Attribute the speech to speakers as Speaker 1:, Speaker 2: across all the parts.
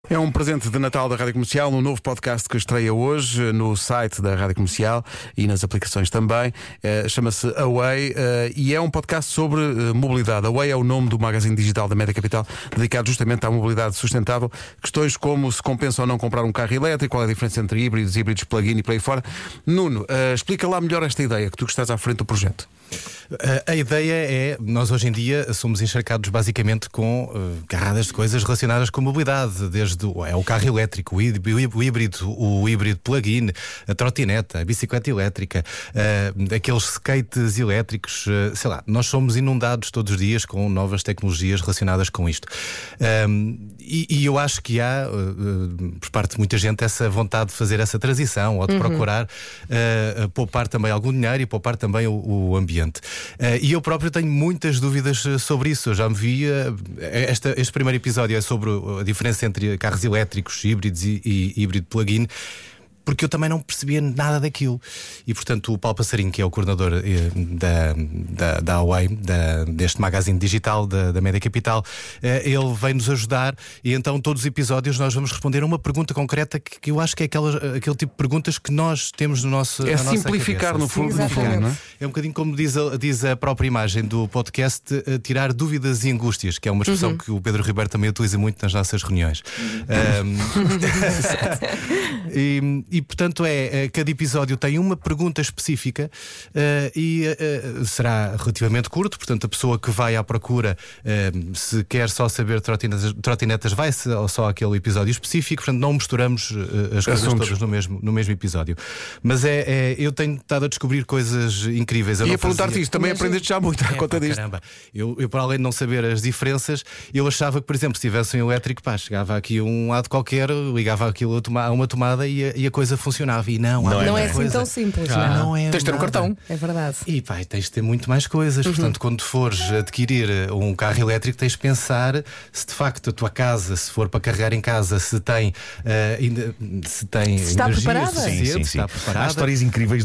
Speaker 1: É um presente de Natal da Rádio Comercial, um novo podcast que estreia hoje no site da Rádio Comercial e nas aplicações também. Chama-se Away e é um podcast sobre mobilidade. Away é o nome do magazine digital da Média Capital, dedicado justamente à mobilidade sustentável. Questões como se compensa ou não comprar um carro elétrico, qual é a diferença entre híbridos plug-in e por aí fora. Nuno, explica lá melhor esta ideia, que tu que estás à frente do projeto.
Speaker 2: A ideia é, nós hoje em dia somos encharcados basicamente com carradas de coisas relacionadas com mobilidade, desde o carro elétrico, o híbrido plug-in, a trotineta, a bicicleta elétrica, aqueles skates elétricos, sei lá, nós somos inundados todos os dias com novas tecnologias relacionadas com isto. E eu acho que há, por parte de muita gente, essa vontade de fazer essa transição ou de procurar poupar também algum dinheiro e poupar também o ambiente. E eu próprio tenho muitas dúvidas sobre isso. Eu já me vi. Este primeiro episódio é sobre a diferença entre carros elétricos, híbridos e híbrido plug-in, porque eu também não percebia nada daquilo. E portanto o Paulo Passarinho, que é o coordenador da Away, deste magazine digital da Média Capital, ele vem-nos ajudar. E então todos os episódios nós vamos responder a uma pergunta concreta que eu acho que é aquele tipo de perguntas que nós temos no nosso
Speaker 1: É simplificar no fundo, não é?
Speaker 2: É um bocadinho como diz a própria imagem do podcast, tirar dúvidas e angústias, que é uma expressão que o Pedro Ribeiro também utiliza muito nas nossas reuniões. E portanto cada episódio tem uma pergunta específica e será relativamente curto. Portanto, a pessoa que vai à procura, se quer só saber trotinetas, vai só aquele episódio específico. Portanto, não misturamos as coisas todas no mesmo episódio. Mas eu tenho estado a descobrir coisas incríveis.
Speaker 1: E a perguntar-te isto, também aprendeste já muito à conta disto.
Speaker 2: Caramba, eu para além de não saber as diferenças, eu achava que, por exemplo, se tivesse um elétrico, chegava aqui um lado qualquer, ligava aquilo a uma tomada e a coisa funcionava. E
Speaker 3: não é assim tão simples.
Speaker 2: Não é.
Speaker 4: Tens de ter um cartão.
Speaker 3: É verdade.
Speaker 2: E tens de ter muito mais coisas. Portanto, quando fores adquirir um carro elétrico, tens de pensar se de facto a tua casa, se for para carregar em casa, se tem
Speaker 3: está
Speaker 2: energia
Speaker 3: preparada.
Speaker 2: suficiente,
Speaker 5: Sim.
Speaker 2: está preparada.
Speaker 5: Há histórias incríveis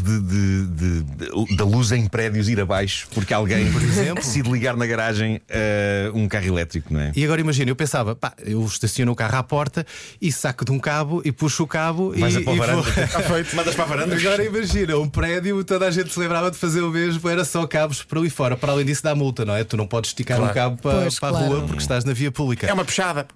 Speaker 5: da luz em prédios ir abaixo porque alguém, por exemplo, decide ligar na garagem um carro elétrico, não é?
Speaker 2: E agora imagina, eu pensava, eu estaciono o carro à porta e saco de um cabo e puxo o cabo
Speaker 5: Vais
Speaker 2: e
Speaker 5: para a varanda.
Speaker 2: Está feito.
Speaker 5: Mandas para a varanda.
Speaker 2: Agora imagina, um prédio, toda a gente se lembrava de fazer o mesmo, era só cabos para ali fora. Para além disso, dá multa, não é? Tu não podes esticar um cabo para a rua porque estás na via pública.
Speaker 1: É uma puxada.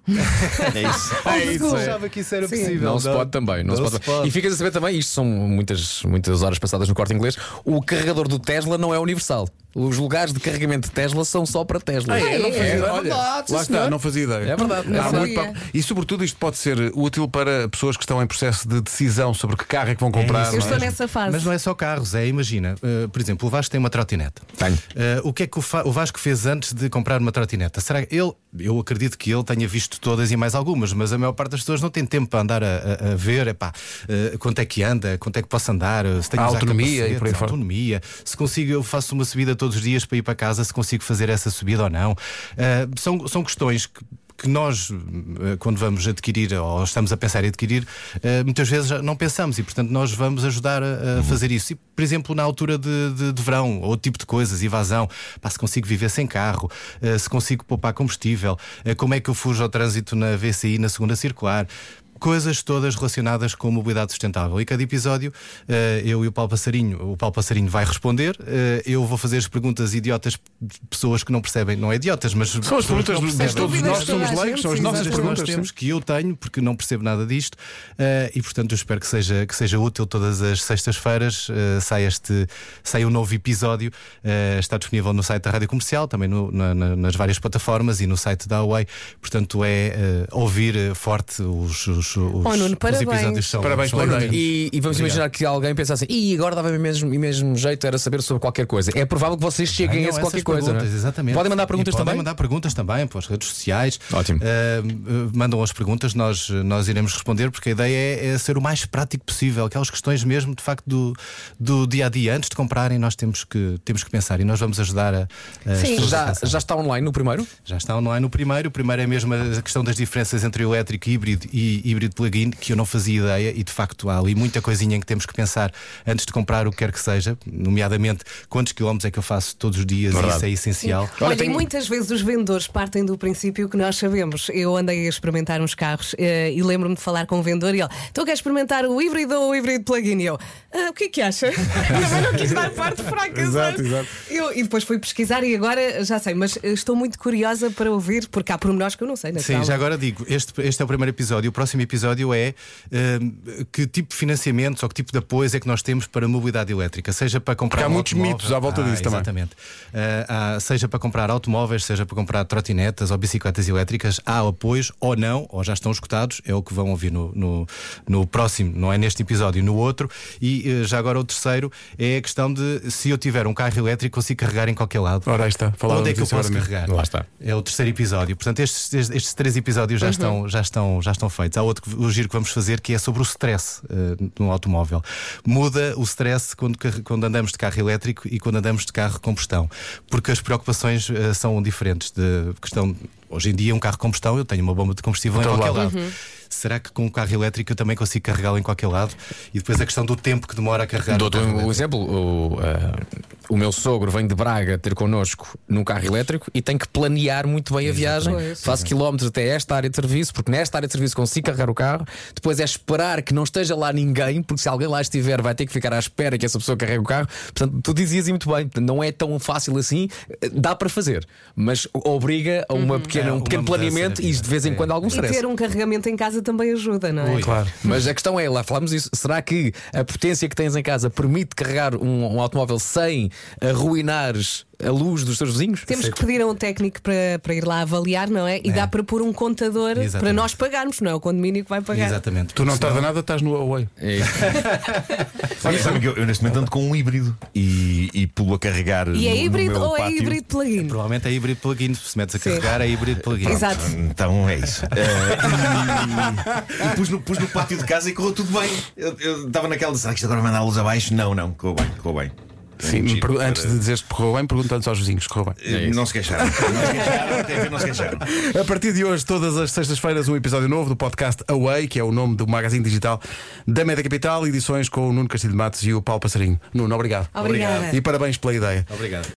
Speaker 5: É isso.
Speaker 2: Eu achava que isso era possível.
Speaker 4: Não se pode também. Não se pode. E ficas a saber também, isto são muitas horas passadas no Corte Inglês, o carregador do Tesla não é universal. Os lugares de carregamento de Tesla são só para Tesla.
Speaker 1: Não fazia ideia.
Speaker 4: Olha,
Speaker 1: Lá está, não fazia ideia.
Speaker 4: É verdade.
Speaker 1: Há muito e sobretudo isto pode ser útil para pessoas que estão em processo de decisão sobre que carro é que vão comprar.
Speaker 3: Eu estou nessa fase.
Speaker 2: Mas não é só carros, imagina, por exemplo, o Vasco tem uma trotinete.
Speaker 4: Tenho.
Speaker 2: O que é que o Vasco fez antes de comprar uma trotineta? Será que eu acredito que ele tenha visto todas e mais algumas, mas a maior parte das pessoas não tem tempo para andar a ver quanto é que anda, quanto é que posso andar, se tenho
Speaker 1: autonomia e por aí fora.
Speaker 2: Autonomia, se consigo, eu faço uma subida todos os dias para ir para casa, se consigo fazer essa subida ou não. São questões que nós, quando vamos adquirir ou estamos a pensar em adquirir, muitas vezes não pensamos e, portanto, nós vamos ajudar a fazer isso. E, por exemplo, na altura de verão, outro tipo de coisas, evasão, se consigo viver sem carro, se consigo poupar combustível, como é que eu fujo ao trânsito na VCI, na segunda circular. Coisas todas relacionadas com mobilidade sustentável. E cada episódio, eu e o Paulo Passarinho vai responder. Eu vou fazer as perguntas idiotas de pessoas que não percebem. Não é idiotas, mas
Speaker 1: são as perguntas de todos nós, somos leigos, são as nossas perguntas.
Speaker 2: Nós temos que eu tenho, porque não percebo nada disto. E portanto eu espero que seja útil. Todas as sextas-feiras sai um novo episódio. Está disponível no site da Rádio Comercial, também nas várias plataformas e no site da Away. Portanto ouvir forte os
Speaker 3: Nuno, parabéns.
Speaker 2: episódios são.
Speaker 1: Parabéns.
Speaker 4: E vamos imaginar que alguém pensa assim, agora dava-me mesmo jeito era saber sobre qualquer coisa. É provável que vocês cheguem a esse qualquer coisa, não é?
Speaker 2: Exatamente.
Speaker 4: Podem mandar perguntas também?
Speaker 2: Podem mandar perguntas também pelas redes sociais.
Speaker 4: Ótimo.
Speaker 2: Mandam as perguntas, nós iremos responder, porque a ideia é ser o mais prático possível. Aquelas questões mesmo, de facto, do dia a dia. Antes de comprarem, nós temos que pensar e nós vamos ajudar a
Speaker 4: já está online no primeiro?
Speaker 2: Já está online no primeiro. O primeiro é mesmo a questão das diferenças entre o elétrico, híbrido e híbrido híbrido plug-in, que eu não fazia ideia, e de facto há ali muita coisinha em que temos que pensar antes de comprar o que quer que seja, nomeadamente quantos quilómetros é que eu faço todos os dias, e isso é essencial.
Speaker 3: Olha, e muitas vezes os vendedores partem do princípio que nós sabemos. Eu andei a experimentar uns carros e lembro-me de falar com um vendedor e ele: então queres experimentar o híbrido ou o híbrido plug-in? E eu: o que é que acha? Também não quis dar parte fraca.
Speaker 1: Exato.
Speaker 3: E depois fui pesquisar e agora já sei, mas estou muito curiosa para ouvir, porque há pormenores que eu não sei.
Speaker 2: Sim, já agora digo, este é o primeiro episódio. O próximo episódio é que tipo de financiamentos ou que tipo de apoios é que nós temos para a mobilidade elétrica, seja para comprar.
Speaker 1: Porque há muitos mitos à volta disso também.
Speaker 2: Exatamente. Seja para comprar automóveis, seja para comprar trotinetas ou bicicletas elétricas, há apoios ou não, ou já estão esgotados. É o que vão ouvir no próximo, não é neste episódio, no outro. E já agora o terceiro é a questão de se eu tiver um carro elétrico, consigo carregar em qualquer lado.
Speaker 1: Ora, aí está.
Speaker 2: Onde é que eu posso carregar?
Speaker 4: Lá está.
Speaker 2: É o terceiro episódio. Portanto, estes 3 episódios já estão feitos. Há outro o giro que vamos fazer, que é sobre o stress no automóvel. Muda o stress quando andamos de carro elétrico e quando andamos de carro de combustão, porque as preocupações são diferentes. De questão, hoje em dia, um carro de combustão, eu tenho uma bomba de combustível em qualquer lado. Será que com um carro elétrico eu também consigo carregá-lo em qualquer lado? E depois a questão do tempo que demora a carregar.
Speaker 4: Dou-te um exemplo. O meu sogro vem de Braga ter connosco num carro elétrico e tem que planear muito bem a viagem. Faço quilómetros até esta área de serviço, porque nesta área de serviço consigo carregar o carro. Depois é esperar que não esteja lá ninguém, porque se alguém lá estiver vai ter que ficar à espera que essa pessoa carregue o carro. Portanto, tu dizias muito bem, não é tão fácil assim. Dá para fazer, mas obriga a um pequeno planeamento e de vez em quando algum stress.
Speaker 3: E ter um carregamento em casa também ajuda, não é?
Speaker 1: Claro.
Speaker 4: Mas a questão é, lá falámos isso, será que a potência que tens em casa permite carregar um automóvel sem arruinares a luz dos teus vizinhos?
Speaker 3: Temos que pedir a um técnico para ir lá avaliar, não é? E dá para pôr um contador para nós pagarmos, não é o condomínio que vai pagar.
Speaker 2: Exatamente.
Speaker 1: Tu não tarda nada, estás no Away.
Speaker 5: Olha, sabe que eu neste momento ando com um híbrido e pulo a carregar.
Speaker 3: E é híbrido
Speaker 5: no meu
Speaker 3: ou é
Speaker 5: pátio.
Speaker 3: híbrido plug-in?
Speaker 2: Provavelmente é híbrido plug-in. Se metes a carregar, é híbrido plug-in.
Speaker 3: Exato.
Speaker 5: Então é isso. E pus no pátio de casa e correu tudo bem. Eu estava naquela de: será que isto agora vai mandar a luz abaixo? Não, correu bem.
Speaker 1: Sim, antes de dizeres que correu bem, pergunta antes aos vizinhos: correu bem?
Speaker 5: Não se queixaram. Não se queixaram.
Speaker 1: A partir de hoje, todas as sextas-feiras, um episódio novo do podcast Away, que é o nome do magazine digital da Média Capital, edições com o Nuno Castilho de Matos e o Paulo Passarinho. Nuno, obrigado.
Speaker 3: Obrigada.
Speaker 1: E parabéns pela ideia.
Speaker 2: Obrigado.